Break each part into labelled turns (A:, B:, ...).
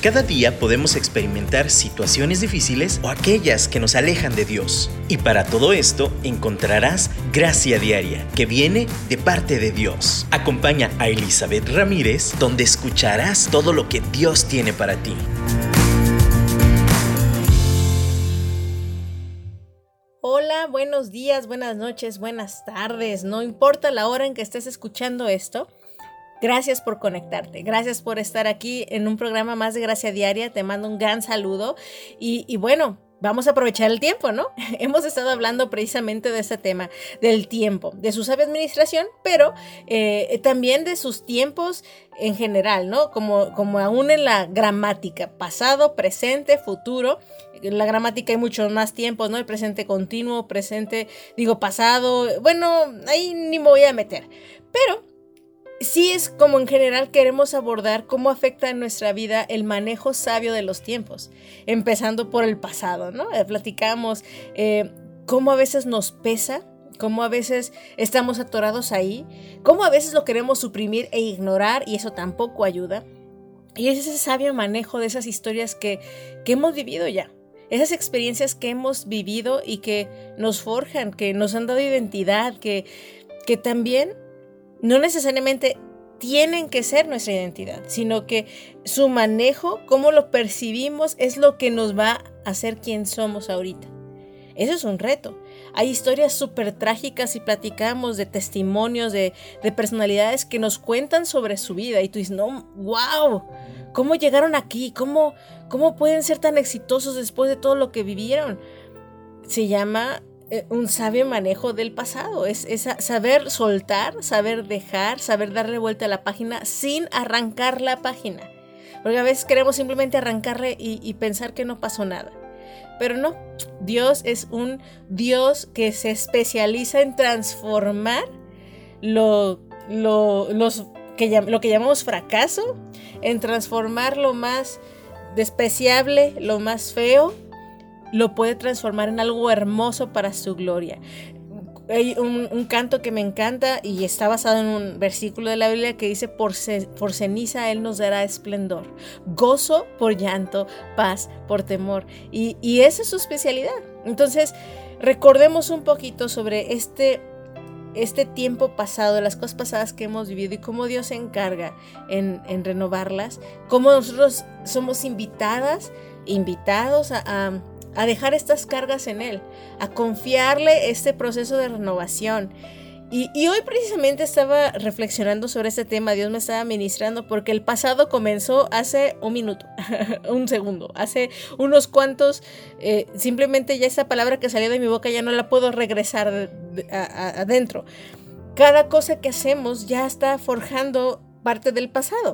A: Cada día podemos experimentar situaciones difíciles o aquellas que nos alejan de Dios. Y para todo esto encontrarás gracia diaria que viene de parte de Dios. Acompaña a Elizabeth Ramírez, donde escucharás todo lo que Dios tiene para ti.
B: Hola, buenos días, buenas noches, buenas tardes. No importa la hora en que estés escuchando esto. Gracias por conectarte, gracias por estar aquí en un programa más de Gracia Diaria. Te mando un gran saludo y bueno, vamos a aprovechar el tiempo, ¿no? Hemos estado hablando precisamente de este tema, del tiempo, de su sabia administración, pero también de sus tiempos en general, ¿no? Como aún en la gramática, pasado, presente, futuro. En la gramática hay muchos más tiempos, ¿no? El presente continuo, pasado. Bueno, ahí ni me voy a meter, pero sí es como en general queremos abordar cómo afecta en nuestra vida el manejo sabio de los tiempos, empezando por el pasado, ¿no? Platicamos cómo a veces nos pesa, cómo a veces estamos atorados ahí, cómo a veces lo queremos suprimir e ignorar y eso tampoco ayuda. Y es ese sabio manejo de esas historias que hemos vivido ya, esas experiencias que hemos vivido y que nos forjan, que nos han dado identidad, que también no necesariamente tienen que ser nuestra identidad, sino que su manejo, cómo lo percibimos, es lo que nos va a hacer quien somos ahorita. Eso es un reto. Hay historias súper trágicas y platicamos de testimonios de personalidades que nos cuentan sobre su vida y tú dices, no, wow, ¿cómo llegaron aquí? ¿Cómo pueden ser tan exitosos después de todo lo que vivieron? Se llama un sabio manejo del pasado, es saber soltar, saber dejar, saber darle vuelta a la página sin arrancar la página, porque a veces queremos simplemente arrancarle y pensar que no pasó nada, pero no, Dios es un Dios que se especializa en transformar lo que llamamos fracaso, en transformar lo más despreciable, lo más feo, lo puede transformar en algo hermoso para su gloria. Hay un canto que me encanta y está basado en un versículo de la Biblia que dice, por ceniza Él nos dará esplendor, gozo por llanto, paz por temor. Y esa es su especialidad. Entonces, recordemos un poquito sobre este tiempo pasado, las cosas pasadas que hemos vivido y cómo Dios se encarga en renovarlas, cómo nosotros somos invitados a dejar estas cargas en Él, a confiarle este proceso de renovación. Y hoy precisamente estaba reflexionando sobre este tema, Dios me estaba ministrando porque el pasado comenzó hace un minuto, un segundo, hace unos cuantos, simplemente ya esa palabra que salió de mi boca ya no la puedo regresar adentro. Cada cosa que hacemos ya está forjando parte del pasado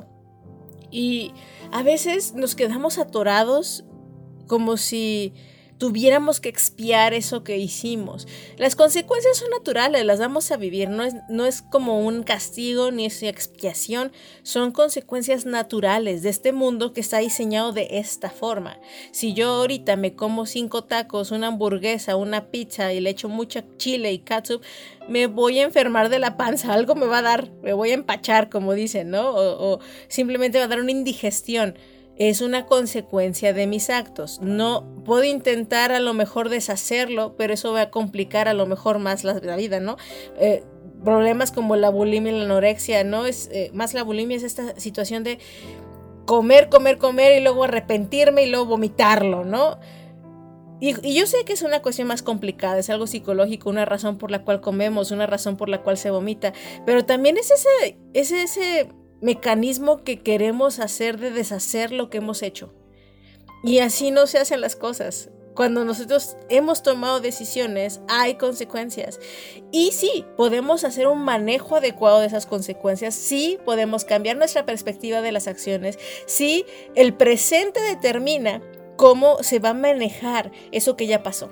B: y a veces nos quedamos atorados como si tuviéramos que expiar eso que hicimos. Las consecuencias son naturales, las vamos a vivir, no es como un castigo ni es expiación, son consecuencias naturales de este mundo que está diseñado de esta forma. Si yo ahorita me como 5 tacos, una hamburguesa, una pizza y le echo mucha chile y catsup, me voy a enfermar de la panza, algo me va a dar, me voy a empachar, como dicen, ¿no? O simplemente va a dar una indigestión. Es una consecuencia de mis actos. No puedo intentar a lo mejor deshacerlo, pero eso va a complicar a lo mejor más la vida, ¿no? Problemas como la bulimia y la anorexia, ¿no? Más la bulimia es esta situación de comer y luego arrepentirme y luego vomitarlo, ¿no? Y yo sé que es una cuestión más complicada, es algo psicológico, una razón por la cual comemos, una razón por la cual se vomita, pero también es ese mecanismo que queremos hacer de deshacer lo que hemos hecho. Y así no se hacen las cosas. Cuando nosotros hemos tomado decisiones, hay consecuencias. Y sí, podemos hacer un manejo adecuado de esas consecuencias. Sí, podemos cambiar nuestra perspectiva de las acciones. Sí, el presente determina cómo se va a manejar eso que ya pasó.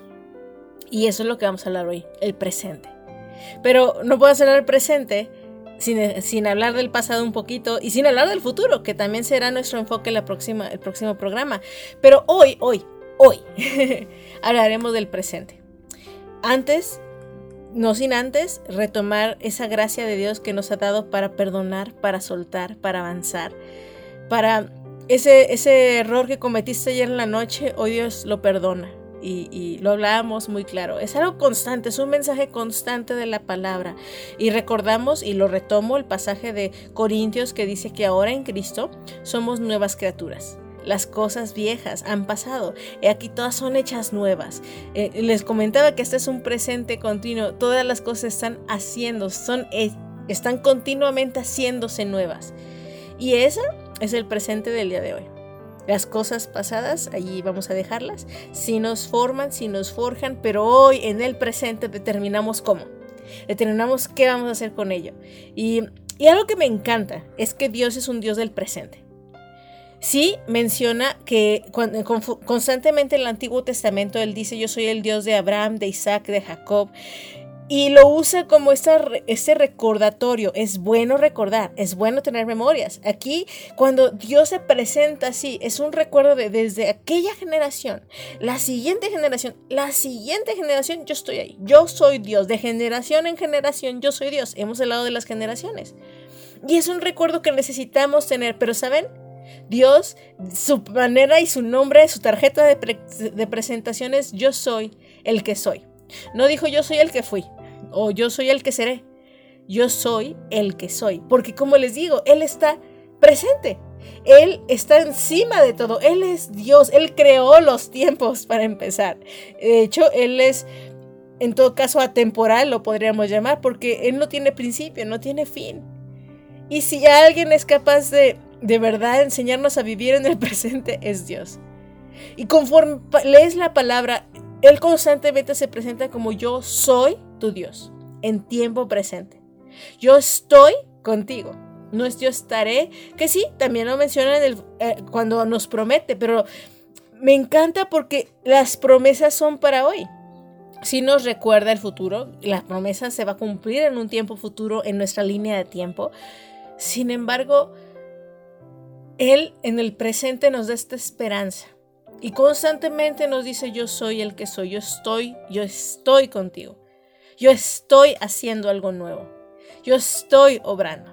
B: Y eso es lo que vamos a hablar hoy, el presente. Pero no puedo hacer el presente sin hablar del pasado un poquito y sin hablar del futuro, que también será nuestro enfoque el próximo programa. Pero hoy hablaremos del presente. No sin antes retomar esa gracia de Dios que nos ha dado para perdonar, para soltar, para avanzar, para ese error que cometiste ayer en la noche, hoy Dios lo perdona. Y lo hablábamos muy claro. Es algo constante, es un mensaje constante de la palabra. Y recordamos, y lo retomo, el pasaje de Corintios que dice que ahora en Cristo somos nuevas criaturas. Las cosas viejas han pasado, y aquí todas son hechas nuevas. Les comentaba que este es un presente continuo. Todas las cosas están están continuamente haciéndose nuevas. Y ese es el presente del día de hoy. Las cosas pasadas, allí vamos a dejarlas. Sí nos forman, sí nos forjan, pero hoy en el presente determinamos cómo. Determinamos qué vamos a hacer con ello. Y algo que me encanta es que Dios es un Dios del presente. Sí menciona que constantemente en el Antiguo Testamento Él dice: yo soy el Dios de Abraham, de Isaac, de Jacob. Y lo usa como este recordatorio. Es bueno recordar, es bueno tener memorias. Aquí, cuando Dios se presenta así, es un recuerdo de desde aquella generación, la siguiente generación, yo estoy ahí. Yo soy Dios, de generación en generación, yo soy Dios. Hemos hablado de las generaciones. Y es un recuerdo que necesitamos tener, pero ¿saben? Dios, su manera y su nombre, su tarjeta de presentación es: yo soy el que soy. No dijo yo soy el que fui o yo soy el que seré. Yo soy el que soy. Porque como les digo, Él está presente. Él está encima de todo. Él es Dios. Él creó los tiempos para empezar. De hecho, Él es, en todo caso, atemporal, lo podríamos llamar, porque Él no tiene principio, no tiene fin. Y si alguien es capaz de verdad enseñarnos a vivir en el presente, es Dios. Y conforme lees la palabra, Él constantemente se presenta como: yo soy tu Dios, en tiempo presente. Yo estoy contigo. No es yo estaré, que sí, también lo menciona cuando nos promete, pero me encanta porque las promesas son para hoy. Sí nos recuerda el futuro, la promesa se va a cumplir en un tiempo futuro, en nuestra línea de tiempo. Sin embargo, Él en el presente nos da esta esperanza. Y constantemente nos dice: yo soy el que soy, yo estoy contigo. Yo estoy haciendo algo nuevo. Yo estoy obrando.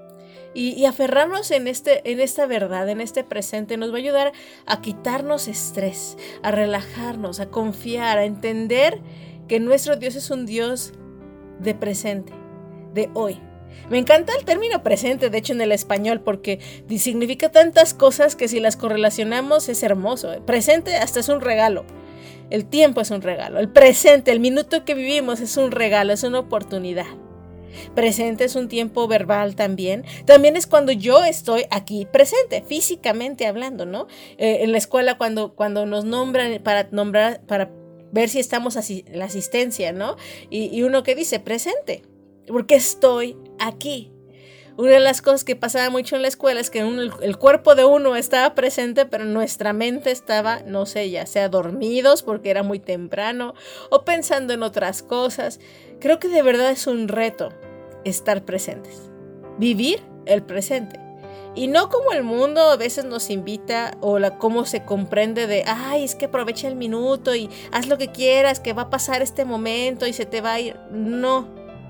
B: Y aferrarnos en esta verdad, en este presente, nos va a ayudar a quitarnos estrés, a relajarnos, a confiar, a entender que nuestro Dios es un Dios de presente, de hoy. Me encanta el término presente, de hecho, en el español, porque significa tantas cosas que si las correlacionamos es hermoso. Presente hasta es un regalo. El tiempo es un regalo. El presente, el minuto que vivimos es un regalo, es una oportunidad. Presente es un tiempo verbal también. También es cuando yo estoy aquí presente, físicamente hablando, ¿no? En la escuela cuando nos nombran para ver si estamos la asistencia, ¿no? Y uno que dice presente, porque estoy aquí. Una de las cosas que pasaba mucho en la escuela es que el cuerpo de uno estaba presente, pero nuestra mente estaba, no sé, ya sea dormidos porque era muy temprano o pensando en otras cosas. Creo que de verdad es un reto estar presentes, vivir el presente. Y no como el mundo a veces nos invita, o cómo se comprende de: ay, es que aprovecha el minuto y haz lo que quieras, que va a pasar este momento y se te va a ir. No.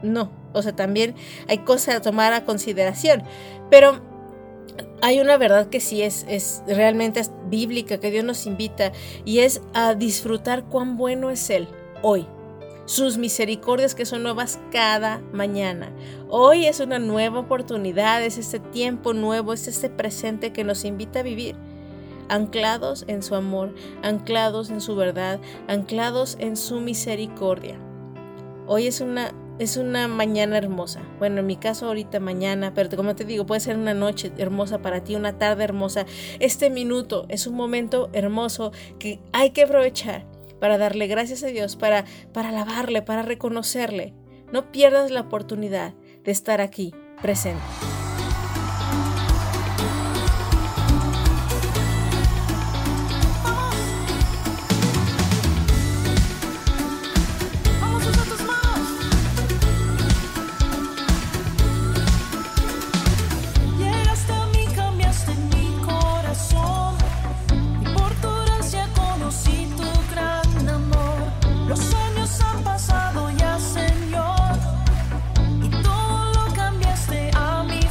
B: O sea, también hay cosas a tomar a consideración. Pero hay una verdad que sí es realmente bíblica, que Dios nos invita, y es a disfrutar cuán bueno es Él hoy. Sus misericordias que son nuevas cada mañana. Hoy es una nueva oportunidad, es este tiempo nuevo, es este presente que nos invita a vivir, anclados en su amor, anclados en su verdad, anclados en su misericordia. Hoy es una mañana hermosa. Bueno, en mi caso ahorita mañana, pero como te digo, puede ser una noche hermosa para ti, una tarde hermosa. Este minuto es un momento hermoso que hay que aprovechar para darle gracias a Dios, para alabarle, para reconocerle. No pierdas la oportunidad de estar aquí, presente.
C: Pasado ya, Señor, y todo lo cambiaste a mi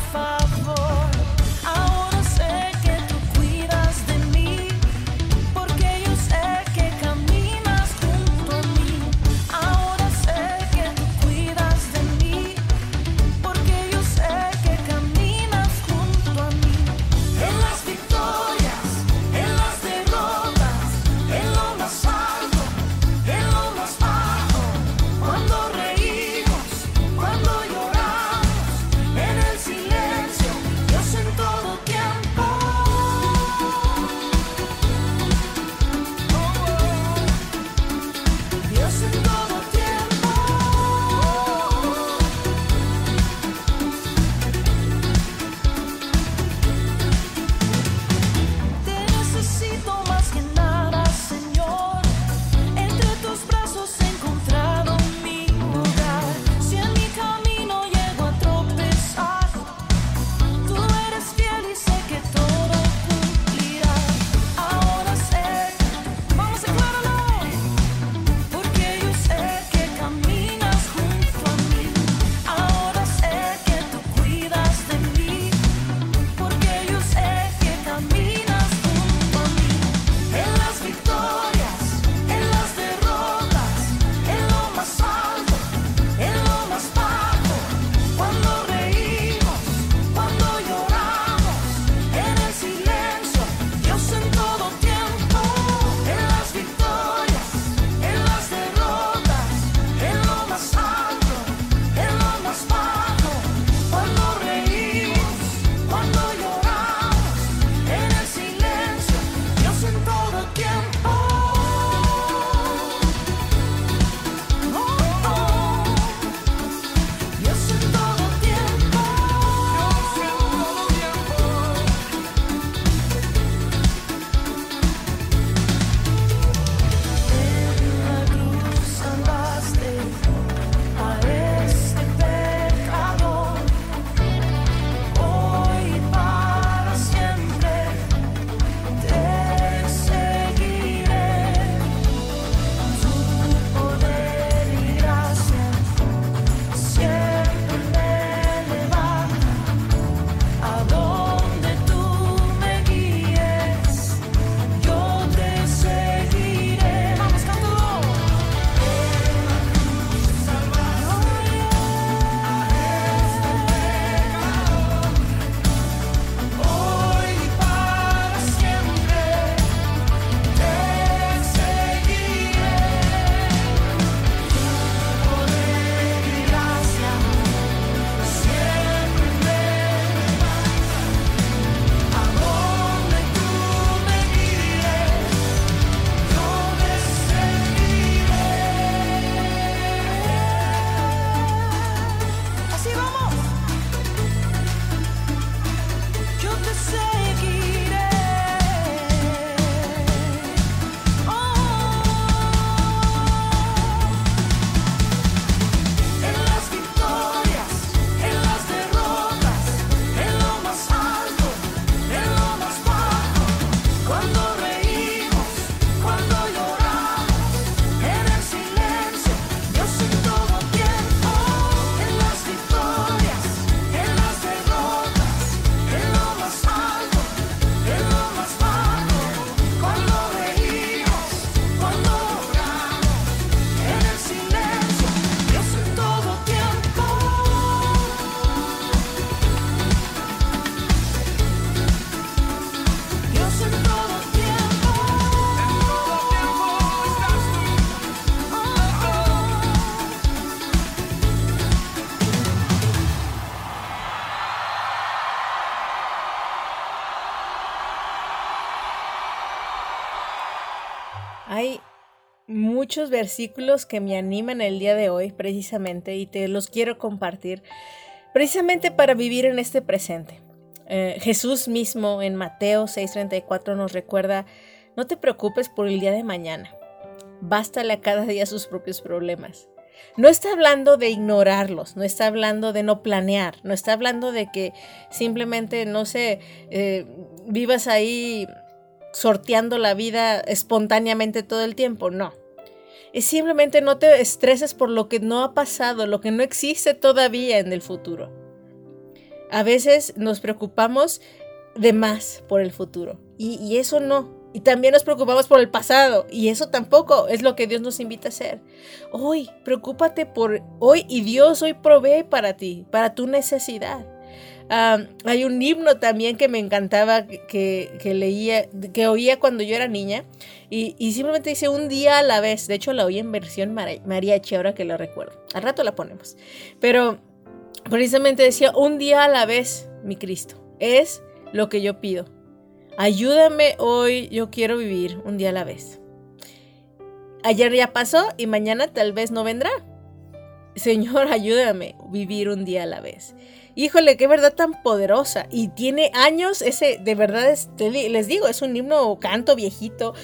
B: muchos versículos que me animan el día de hoy precisamente y te los quiero compartir precisamente para vivir en este presente. Jesús mismo en Mateo 6:34 nos recuerda: no te preocupes por el día de mañana, bástale a cada día sus propios problemas. No está hablando de ignorarlos, no está hablando de no planear, no está hablando de que simplemente, no sé, vivas ahí sorteando la vida espontáneamente todo el tiempo, no. Es simplemente no te estreses por lo que no ha pasado, lo que no existe todavía en el futuro. A veces nos preocupamos de más por el futuro y eso no. Y también nos preocupamos por el pasado y eso tampoco es lo que Dios nos invita a hacer. Hoy, preocúpate por hoy y Dios hoy provee para ti, para tu necesidad. Hay un himno también que me encantaba, que leía, que oía cuando yo era niña y simplemente dice un día a la vez. De hecho la oí en versión mariachi ahora que lo recuerdo. Al rato la ponemos. Pero precisamente decía: un día a la vez, mi Cristo, es lo que yo pido. Ayúdame hoy, yo quiero vivir un día a la vez. Ayer ya pasó y mañana tal vez no vendrá. Señor, ayúdame a vivir un día a la vez. Híjole, qué verdad tan poderosa. Y tiene años ese, de verdad, les digo, es un himno o canto viejito.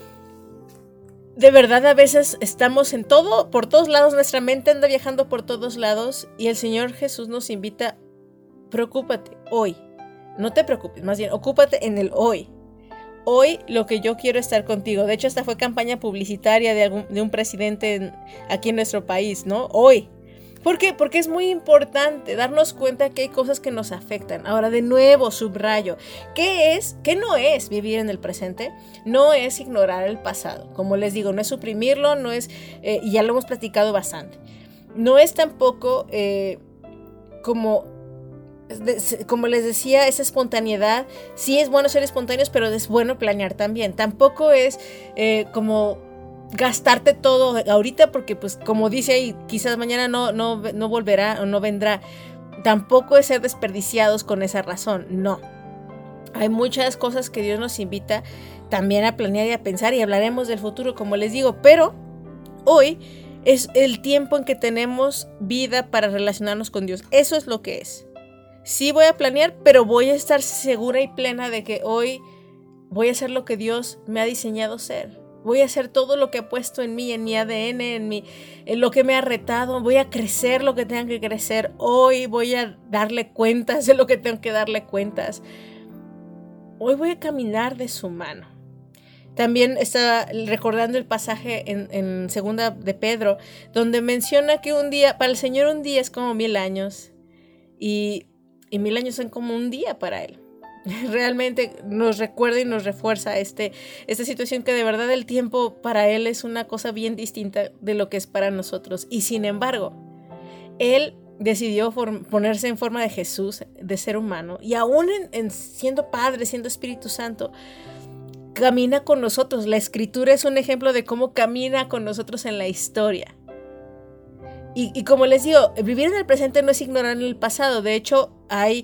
B: De verdad, a veces estamos en todo, por todos lados, nuestra mente anda viajando por todos lados y el Señor Jesús nos invita: preocúpate hoy. No te preocupes, más bien, ocúpate en el hoy. Hoy lo que yo quiero es estar contigo. De hecho, esta fue campaña publicitaria de un presidente aquí en nuestro país, ¿no? Hoy. ¿Por qué? Porque es muy importante darnos cuenta que hay cosas que nos afectan. Ahora, de nuevo, subrayo. ¿Qué no es vivir en el presente? No es ignorar el pasado. Como les digo, no es suprimirlo, no es, y ya lo hemos platicado bastante. No es tampoco como les decía, esa espontaneidad. Sí es bueno ser espontáneos, pero es bueno planear también. Tampoco es como gastarte todo ahorita porque, pues, como dice ahí, quizás mañana no volverá o no vendrá. Tampoco es ser desperdiciados con esa razón, no. Hay muchas cosas que Dios nos invita también a planear y a pensar, y hablaremos del futuro, como les digo, pero hoy es el tiempo en que tenemos vida para relacionarnos con Dios. Eso es lo que es. Sí voy a planear, pero voy a estar segura y plena de que hoy voy a hacer lo que Dios me ha diseñado ser. Voy a hacer todo lo que ha puesto en mí, en mi ADN, en lo que me ha retado. Voy a crecer lo que tenga que crecer. Hoy voy a darle cuentas de lo que tengo que darle cuentas. Hoy voy a caminar de su mano. También estaba recordando el pasaje en segunda de Pedro, donde menciona que un día, para el Señor un día es como 1000 años. Y 1000 años son como un día para Él. Realmente nos recuerda y nos refuerza esta situación, que de verdad el tiempo para Él es una cosa bien distinta de lo que es para nosotros. Y sin embargo, Él decidió ponerse en forma de Jesús, de ser humano, y aún en siendo Padre, siendo Espíritu Santo, camina con nosotros. La Escritura es un ejemplo de cómo camina con nosotros en la historia. Y como les digo, vivir en el presente no es ignorar el pasado. De hecho, hay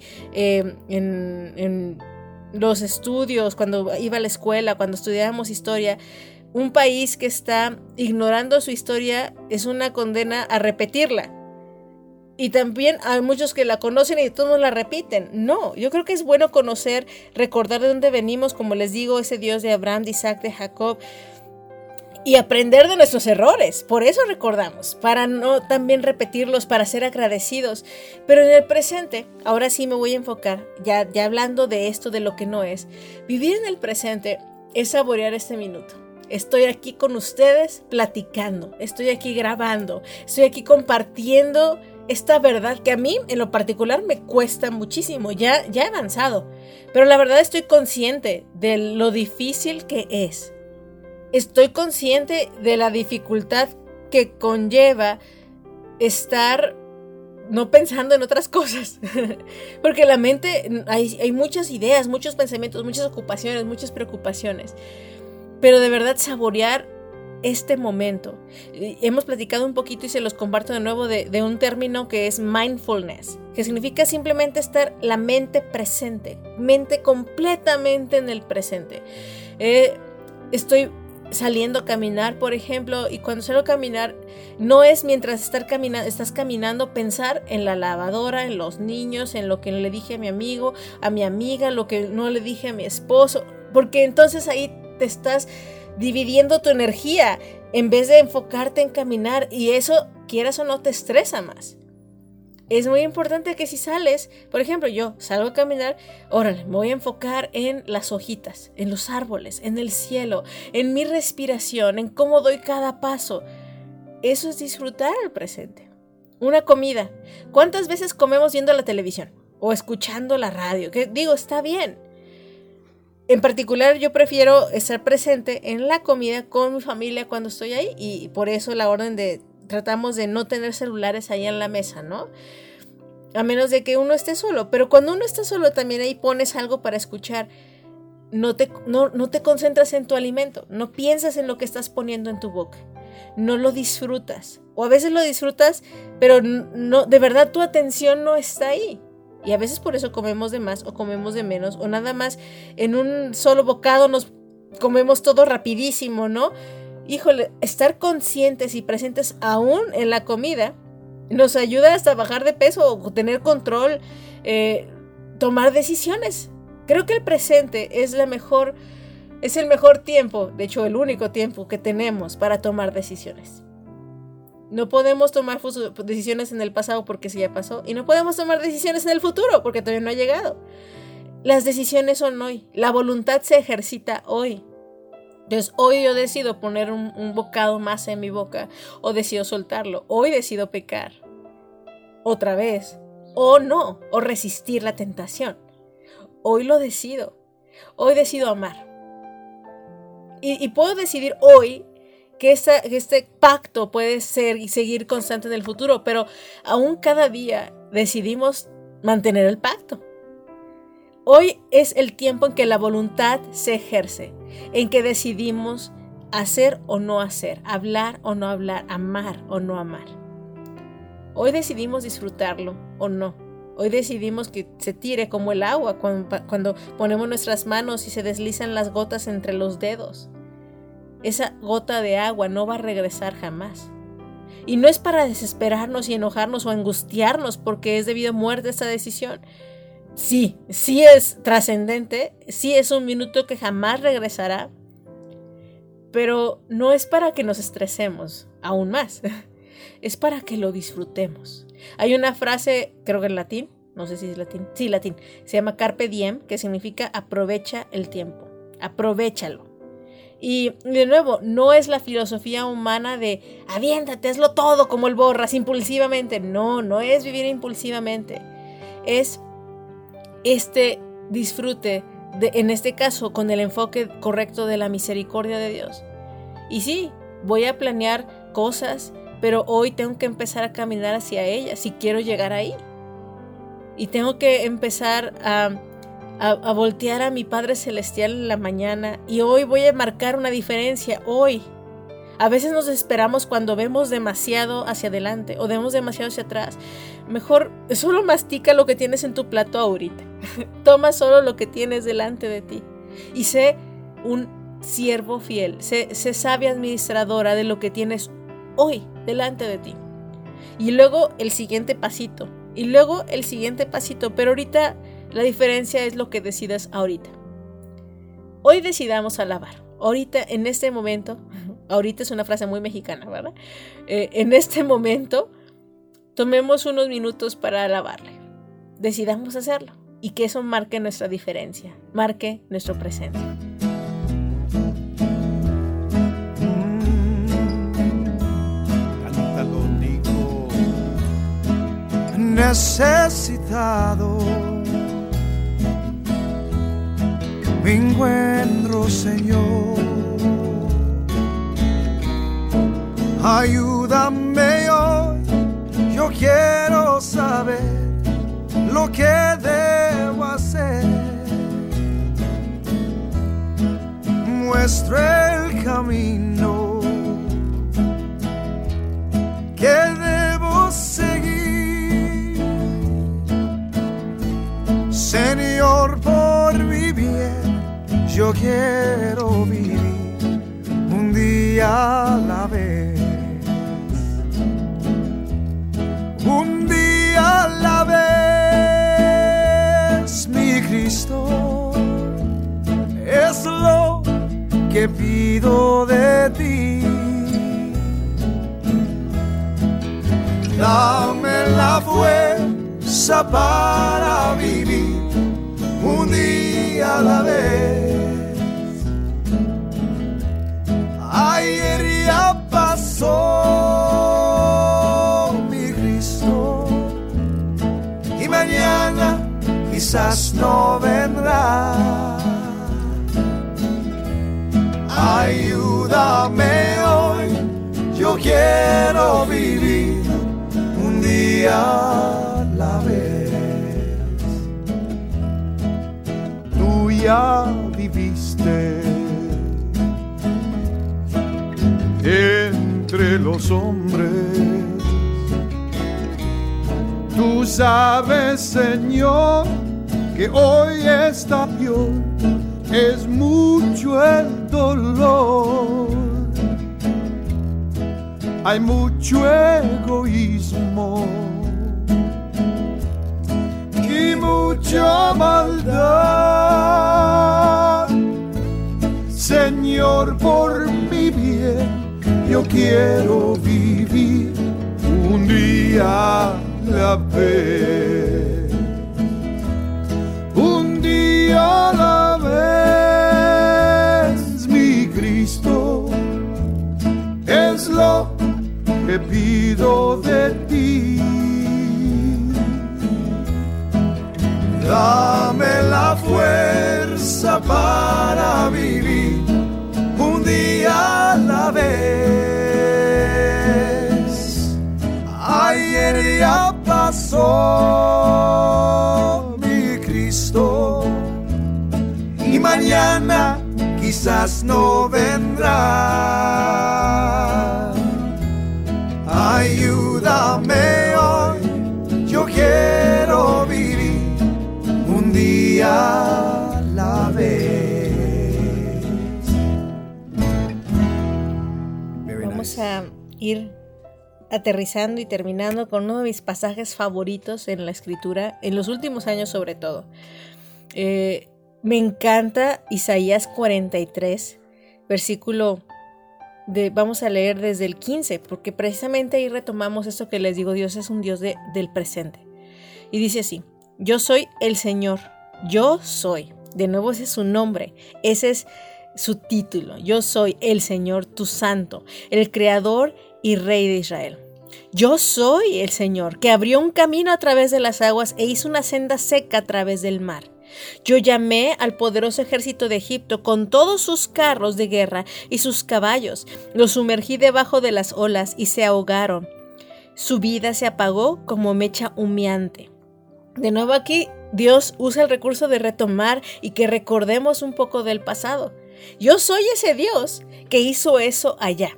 B: en los estudios, cuando iba a la escuela, cuando estudiábamos historia, un país que está ignorando su historia es una condena a repetirla. Y también hay muchos que la conocen y todos la repiten. No, yo creo que es bueno conocer, recordar de dónde venimos, como les digo, ese Dios de Abraham, de Isaac, de Jacob, y aprender de nuestros errores. Por eso recordamos, para no también repetirlos, para ser agradecidos. Pero en el presente, ahora sí me voy a enfocar, ya hablando de esto, de lo que no es. Vivir en el presente es saborear este minuto. Estoy aquí con ustedes platicando, estoy aquí grabando, estoy aquí compartiendo esta verdad que a mí en lo particular me cuesta muchísimo. Ya he avanzado, pero la verdad estoy consciente de lo difícil que es. Estoy consciente de la dificultad que conlleva estar no pensando en otras cosas. Porque la mente, hay muchas ideas, muchos pensamientos, muchas ocupaciones, muchas preocupaciones. Pero de verdad saborear este momento. Hemos platicado un poquito y se los comparto de nuevo de un término que es mindfulness, que significa simplemente estar la mente presente, mente completamente en el presente. Estoy saliendo a caminar, por ejemplo, y cuando salgo a caminar, no es mientras estás caminando pensar en la lavadora, en los niños, en lo que le dije a mi amigo, a mi amiga, lo que no le dije a mi esposo, porque entonces ahí te estás dividiendo tu energía en vez de enfocarte en caminar, y eso, quieras o no, te estresa más. Es muy importante que si sales, por ejemplo, yo salgo a caminar, órale, me voy a enfocar en las hojitas, en los árboles, en el cielo, en mi respiración, en cómo doy cada paso. Eso es disfrutar el presente. Una comida. ¿Cuántas veces comemos viendo la televisión o escuchando la radio? Que digo, está bien. En particular, yo prefiero estar presente en la comida con mi familia cuando estoy ahí, y por eso la orden de tratamos de no tener celulares ahí en la mesa, ¿no? A menos de que uno esté solo. Pero cuando uno está solo, también ahí pones algo para escuchar. No te concentras en tu alimento. No piensas en lo que estás poniendo en tu boca. No lo disfrutas. O a veces lo disfrutas, pero no, de verdad tu atención no está ahí. Y a veces por eso comemos de más o comemos de menos. O nada más en un solo bocado nos comemos todo rapidísimo, ¿no? Híjole, estar conscientes y presentes aún en la comida nos ayuda hasta a bajar de peso o tener control, tomar decisiones. Creo que el presente es el mejor tiempo, de hecho el único tiempo que tenemos para tomar decisiones. No podemos tomar decisiones en el pasado porque sí ya pasó, y no podemos tomar decisiones en el futuro porque todavía no ha llegado. Las decisiones son hoy, la voluntad se ejercita hoy. Entonces hoy yo decido poner un bocado más en mi boca, o decido soltarlo. Hoy decido pecar otra vez, o no, o resistir la tentación. Hoy lo decido. Hoy decido amar. Y puedo decidir hoy que este pacto puede ser y seguir constante en el futuro, pero aún cada día decidimos mantener el pacto. Hoy es el tiempo en que la voluntad se ejerce, en que decidimos hacer o no hacer, hablar o no hablar, amar o no amar. Hoy decidimos disfrutarlo o no. Hoy decidimos que se tire como el agua cuando ponemos nuestras manos y se deslizan las gotas entre los dedos. Esa gota de agua no va a regresar jamás. Y no es para desesperarnos y enojarnos o angustiarnos porque es debido a muerte esta decisión. Sí es trascendente, sí es un minuto que jamás regresará, pero no es para que nos estresemos aún más, es para que lo disfrutemos. Hay una frase, creo que en latín, no sé si es latín, sí, latín, se llama carpe diem, que significa aprovecha el tiempo, aprovéchalo. Y de nuevo, no es la filosofía humana de aviéntate, hazlo todo como el Borras, impulsivamente. No es vivir impulsivamente, es este disfrute, en este caso con el enfoque correcto de la misericordia de Dios. Y sí, voy a planear cosas, pero hoy tengo que empezar a caminar hacia ellas si quiero llegar ahí. Y tengo que empezar a voltear a mi Padre Celestial en la mañana, y hoy voy a marcar una diferencia, hoy. A veces nos esperamos cuando vemos demasiado hacia adelante o vemos demasiado hacia atrás. Mejor solo mastica lo que tienes en tu plato ahorita. Toma solo lo que tienes delante de ti. Y sé un siervo fiel. Sé sabia administradora de lo que tienes hoy delante de ti. Y luego el siguiente pasito. Y luego el siguiente pasito. Pero ahorita la diferencia es lo que decidas ahorita. Hoy decidamos alabar. Ahorita, en este momento, ahorita es una frase muy mexicana, ¿verdad? En este momento, tomemos unos minutos para alabarle. Decidamos hacerlo y que eso marque nuestra diferencia, marque nuestro presente.
C: Cántalo, Nico. Necesitado me encuentro, Señor. Ayúdame hoy, yo quiero saber lo que debo hacer. Muestra el camino que debo seguir. Señor, por mi bien, yo quiero vivir un día a la vez. Un día a la vez, mi Cristo, es lo que pido de ti. Dame la fuerza para vivir un día a la vez. Ayer ya pasó, mi Cristo, y mañana quizás no vendrá. Ayúdame hoy, yo quiero vivir un día a la vez. Tú ya viviste entre los hombres. Tú sabes, Señor, que hoy está peor, es mucho el dolor. Hay mucho egoísmo y mucha maldad. Señor, por mi bien, yo quiero vivir un día a la vez. Un día a la vez, mi Cristo, es lo que pido de ti. Dame la fuerza para vivir un día a la vez. Ayer ya pasó, mi Cristo, y mañana quizás no vendrá. Ayúdame hoy, yo quiero vivir un día a la vez.
B: Vamos a ir aterrizando y terminando con uno de mis pasajes favoritos en la escritura, en los últimos años sobre todo. Me encanta Isaías 43, versículo vamos a leer desde el 15, porque precisamente ahí retomamos esto que les digo, Dios es un Dios del presente. Y dice así: yo soy el Señor, yo soy. De nuevo ese es su nombre, ese es su título. Yo soy el Señor, tu santo, el creador y rey de Israel. Yo soy el Señor, que abrió un camino a través de las aguas e hizo una senda seca a través del mar. Yo llamé al poderoso ejército de Egipto con todos sus carros de guerra y sus caballos. Los sumergí debajo de las olas y se ahogaron. Su vida se apagó como mecha humeante. De nuevo aquí Dios usa el recurso de retomar y que recordemos un poco del pasado. Yo soy ese Dios que hizo eso allá.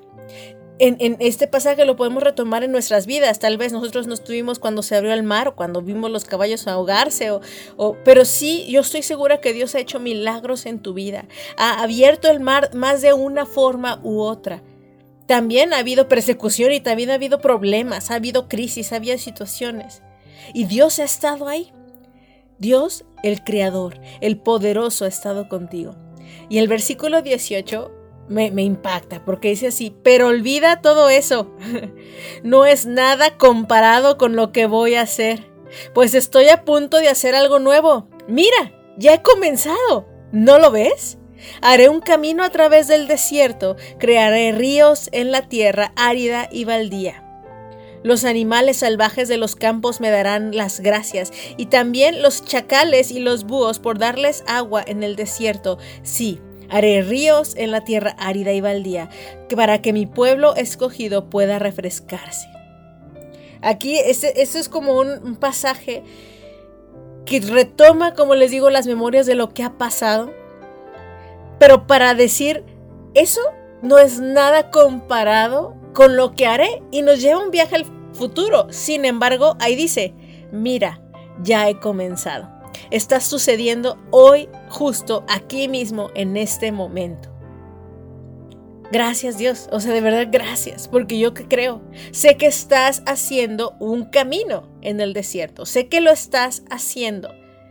B: En este pasaje lo podemos retomar en nuestras vidas. Tal vez nosotros no estuvimos cuando se abrió el mar o cuando vimos los caballos ahogarse, pero sí, yo estoy segura que Dios ha hecho milagros en tu vida. Ha abierto el mar más de una forma u otra. También ha habido persecución y también ha habido problemas, ha habido crisis, ha habido situaciones. Y Dios ha estado ahí. Dios, el Creador, el Poderoso, ha estado contigo. Y el versículo 18 me impacta porque dice así: pero olvida todo eso. No es nada comparado con lo que voy a hacer, pues estoy a punto de hacer algo nuevo. Mira, ya he comenzado. ¿No lo ves? Haré un camino a través del desierto, crearé ríos en la tierra árida y baldía. Los animales salvajes de los campos me darán las gracias, y también los chacales y los búhos por darles agua en el desierto. Sí, haré ríos en la tierra árida y baldía, para que mi pueblo escogido pueda refrescarse. Aquí, eso es como un pasaje que retoma, como les digo, las memorias de lo que ha pasado, pero para decir, eso no es nada comparado con lo que haré, y nos lleva un viaje al futuro. Sin embargo, ahí dice, mira, ya he comenzado. Está sucediendo hoy, justo aquí mismo, en este momento. Gracias, Dios. O sea, de verdad, gracias. Porque yo que creo, sé que estás haciendo un camino en el desierto. Sé que lo estás haciendo.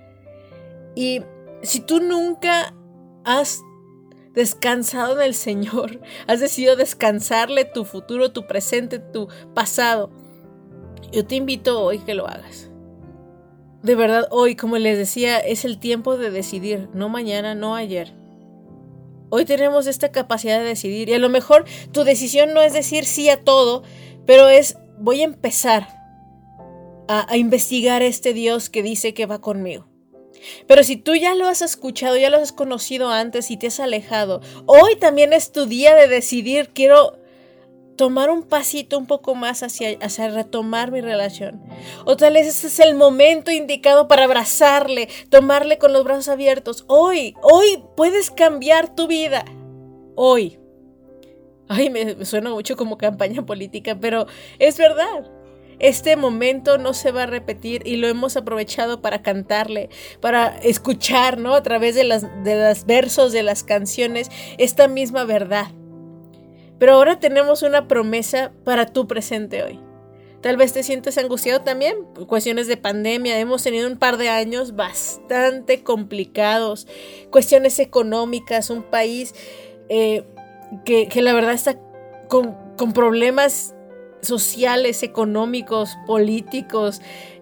B: Y si tú nunca has descansado en el Señor, has decidido descansarle tu futuro, tu presente, tu pasado, yo te invito hoy que lo hagas. De verdad, hoy, como les decía, es el tiempo de decidir, no mañana, no ayer. Hoy tenemos esta capacidad de decidir y a lo mejor tu decisión no es decir sí a todo, pero es voy a empezar a investigar este Dios que dice que va conmigo. Pero si tú ya lo has escuchado, ya lo has conocido antes y te has alejado, hoy también es tu día de decidir, quiero tomar un pasito un poco más hacia retomar mi relación. O tal vez ese es el momento indicado para abrazarle, tomarle con los brazos abiertos. Hoy puedes cambiar tu vida. Hoy. Ay, me suena mucho como campaña política, pero es verdad. Este momento no se va a repetir y lo hemos aprovechado para cantarle, para escuchar, ¿no? A través de los versos de las canciones, esta misma verdad. Pero ahora tenemos una promesa para tu presente hoy. Tal vez te sientes angustiado también, cuestiones de pandemia, hemos tenido un par de años bastante complicados, cuestiones económicas, un país que la verdad está con problemas sociales, económicos, políticos,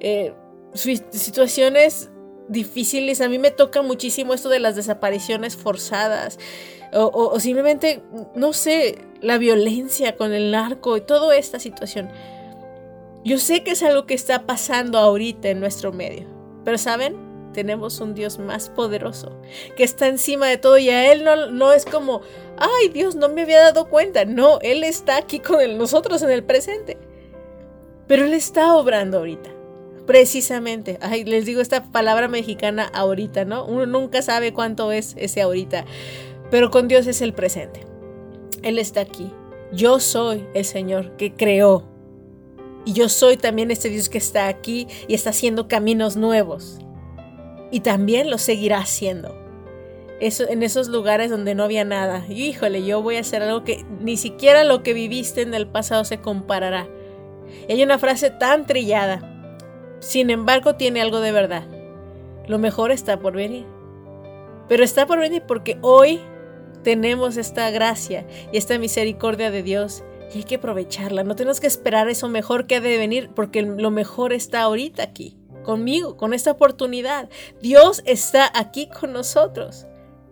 B: situaciones difíciles. A mí me toca muchísimo esto de las desapariciones forzadas o simplemente, no sé, la violencia con el narco y toda esta situación. Yo sé que es algo que está pasando ahorita en nuestro medio, pero ¿saben? Tenemos un Dios más poderoso que está encima de todo y a Él no es como, ay Dios, no me había dado cuenta. No, Él está aquí con nosotros en el presente, pero Él está obrando ahorita. Precisamente, ay, les digo esta palabra mexicana ahorita, ¿no? Uno nunca sabe cuánto es ese ahorita, pero con Dios es el presente. Él está aquí. Yo soy el Señor que creó. Y yo soy también este Dios que está aquí y está haciendo caminos nuevos. Y también lo seguirá haciendo. En esos lugares donde no había nada. Y híjole, yo voy a hacer algo que ni siquiera lo que viviste en el pasado se comparará. Y hay una frase tan trillada. Sin embargo, tiene algo de verdad. Lo mejor está por venir. Pero está por venir porque hoy tenemos esta gracia y esta misericordia de Dios y hay que aprovecharla. No tenemos que esperar eso mejor que ha de venir porque lo mejor está ahorita aquí, conmigo, con esta oportunidad. Dios está aquí con nosotros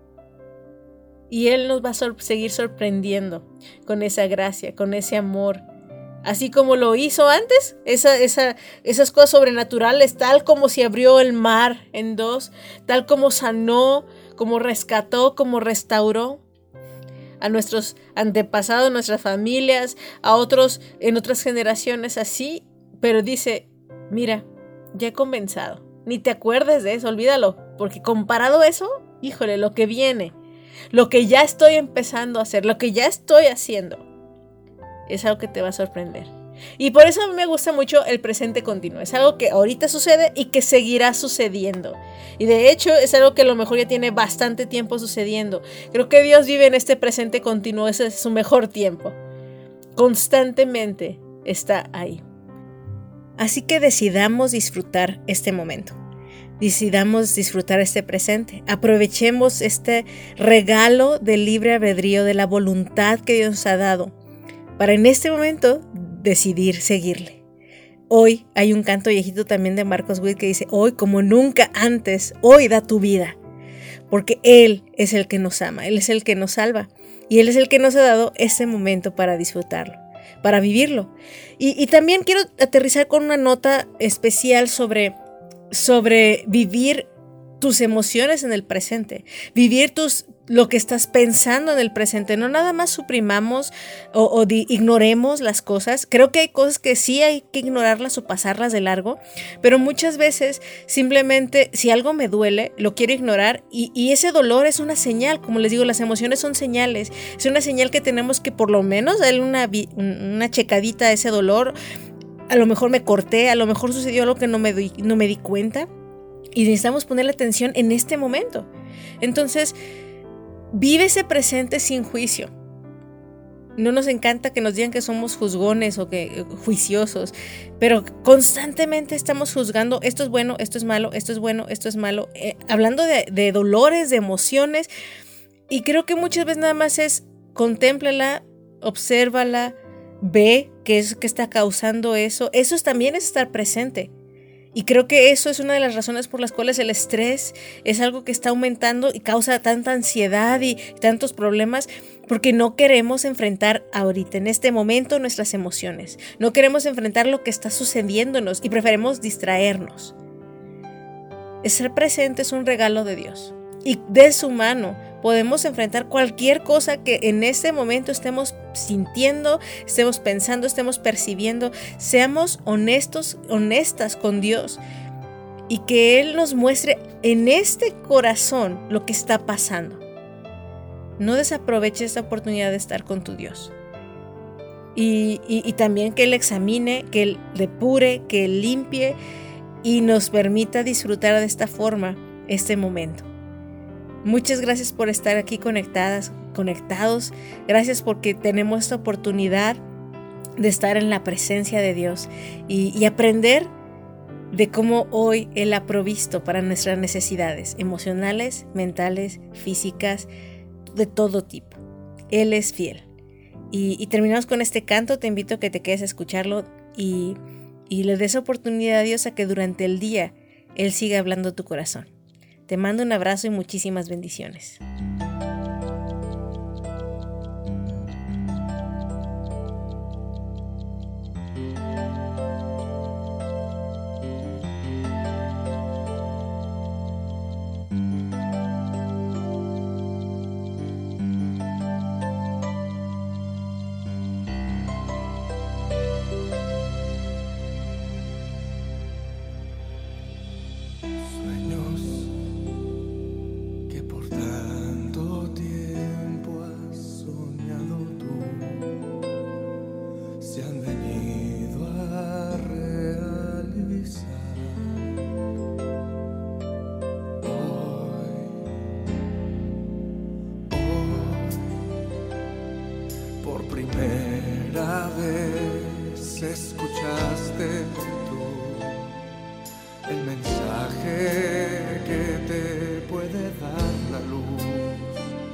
B: y Él nos va a seguir sorprendiendo con esa gracia, con ese amor. Así como lo hizo antes, esas cosas sobrenaturales, tal como se abrió el mar en dos, tal como sanó, como rescató, como restauró a nuestros antepasados, nuestras familias, a otros en otras generaciones así, pero dice, mira, ya he comenzado, ni te acuerdes de eso, olvídalo, porque comparado a eso, híjole, lo que viene, lo que ya estoy empezando a hacer, lo que ya estoy haciendo, es algo que te va a sorprender. Y por eso a mí me gusta mucho el presente continuo. Es algo que ahorita sucede y que seguirá sucediendo. Y de hecho es algo que a lo mejor ya tiene bastante tiempo sucediendo. Creo que Dios vive en este presente continuo. Ese es su mejor tiempo. Constantemente está ahí. Así que decidamos disfrutar este momento. Decidamos disfrutar este presente. Aprovechemos este regalo del libre albedrío, de la voluntad que Dios nos ha dado, para en este momento decidir seguirle. Hoy hay un canto viejito también de Marcos Witt que dice, hoy como nunca antes, hoy da tu vida, porque Él es el que nos ama, Él es el que nos salva y Él es el que nos ha dado ese momento para disfrutarlo, para vivirlo. Y también quiero aterrizar con una nota especial sobre vivir tus emociones en el presente, vivir lo que estás pensando en el presente. No nada más suprimamos o ignoremos las cosas. Creo que hay cosas que sí hay que ignorarlas o pasarlas de largo, pero muchas veces simplemente si algo me duele, lo quiero ignorar y ese dolor es una señal. Como les digo, las emociones son señales. Es una señal que tenemos que por lo menos darle una checadita a ese dolor. A lo mejor me corté, a lo mejor sucedió algo que no me di cuenta y necesitamos ponerle atención en este momento. Entonces, vive ese presente sin juicio. no nos encanta que nos digan que somos juzgones o que juiciosos, pero constantemente estamos juzgando, esto es bueno, esto es malo, esto es bueno, esto es malo, hablando de dolores, de emociones, y creo que muchas veces nada más es contémplala, obsérvala, ve qué es que está causando eso. Eso también es estar presente. Y creo que eso es una de las razones por las cuales el estrés es algo que está aumentando y causa tanta ansiedad y tantos problemas, porque no queremos enfrentar ahorita, en este momento, nuestras emociones. No queremos enfrentar lo que está sucediéndonos y preferimos distraernos. Ser presente es un regalo de Dios. Y de su mano podemos enfrentar cualquier cosa que en este momento estemos sintiendo, estemos pensando, estemos percibiendo. Seamos honestas con Dios y que Él nos muestre en este corazón lo que está pasando. No desaproveches esta oportunidad de estar con tu Dios. Y también que Él examine, que Él depure, que Él limpie y nos permita disfrutar de esta forma este momento. Muchas gracias por estar aquí conectados. Gracias porque tenemos esta oportunidad de estar en la presencia de Dios y aprender de cómo hoy Él ha provisto para nuestras necesidades emocionales, mentales, físicas, de todo tipo. Él es fiel. Y terminamos con este canto. Te invito a que te quedes a escucharlo y le des oportunidad a Dios a que durante el día Él siga hablando a tu corazón. Te mando un abrazo y muchísimas bendiciones.
C: Primera vez escuchaste tú el mensaje que te puede dar la luz.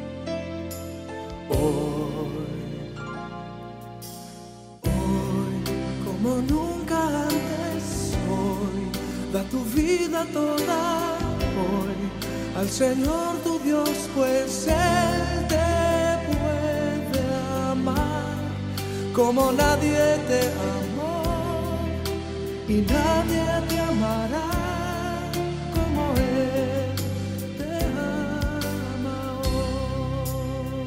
C: Hoy, como nunca antes, hoy, da tu vida toda hoy al Señor tu Dios, pues Él te como nadie te amó y nadie te amará como Él te ama hoy.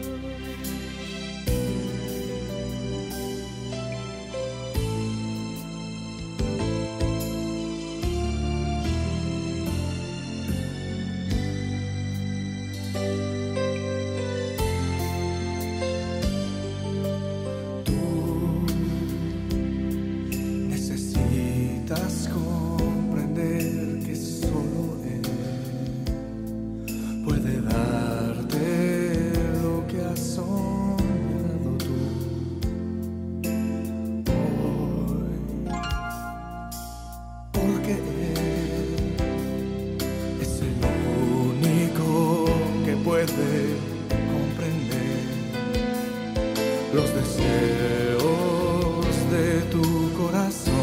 C: Comprender que solo Él puede darte lo que has soñado tú hoy, porque Él es el único que puede comprender los deseos de tu corazón.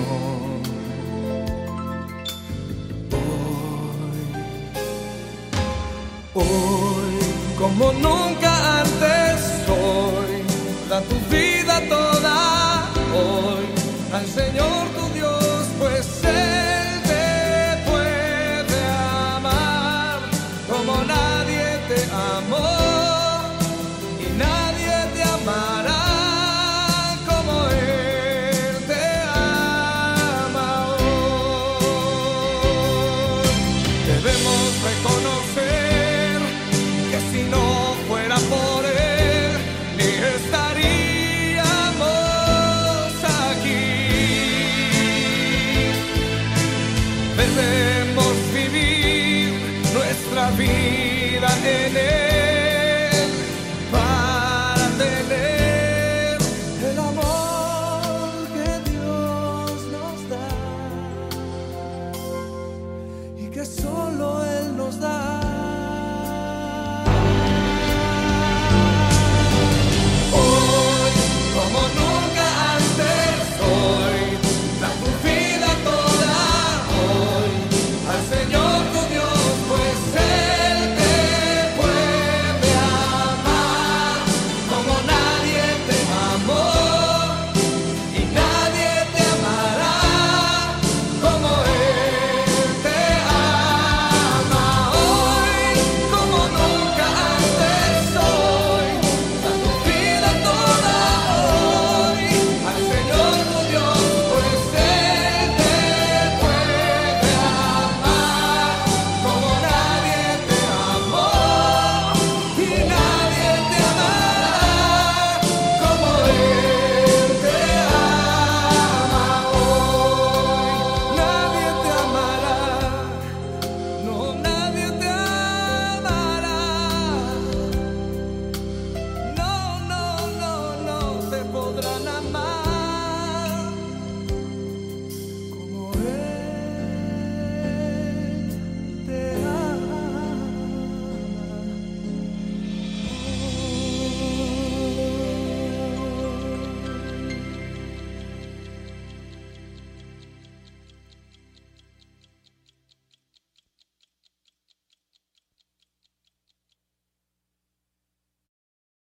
C: Hoy, como nunca antes, hoy, da tu vida toda hoy al Señor tu Dios, pues Él te puede amar como nadie te amó y nadie te amará como Él te ama hoy. Debemos reconocer si no fuera por Él, ni estaríamos aquí. Debemos vivir nuestra vida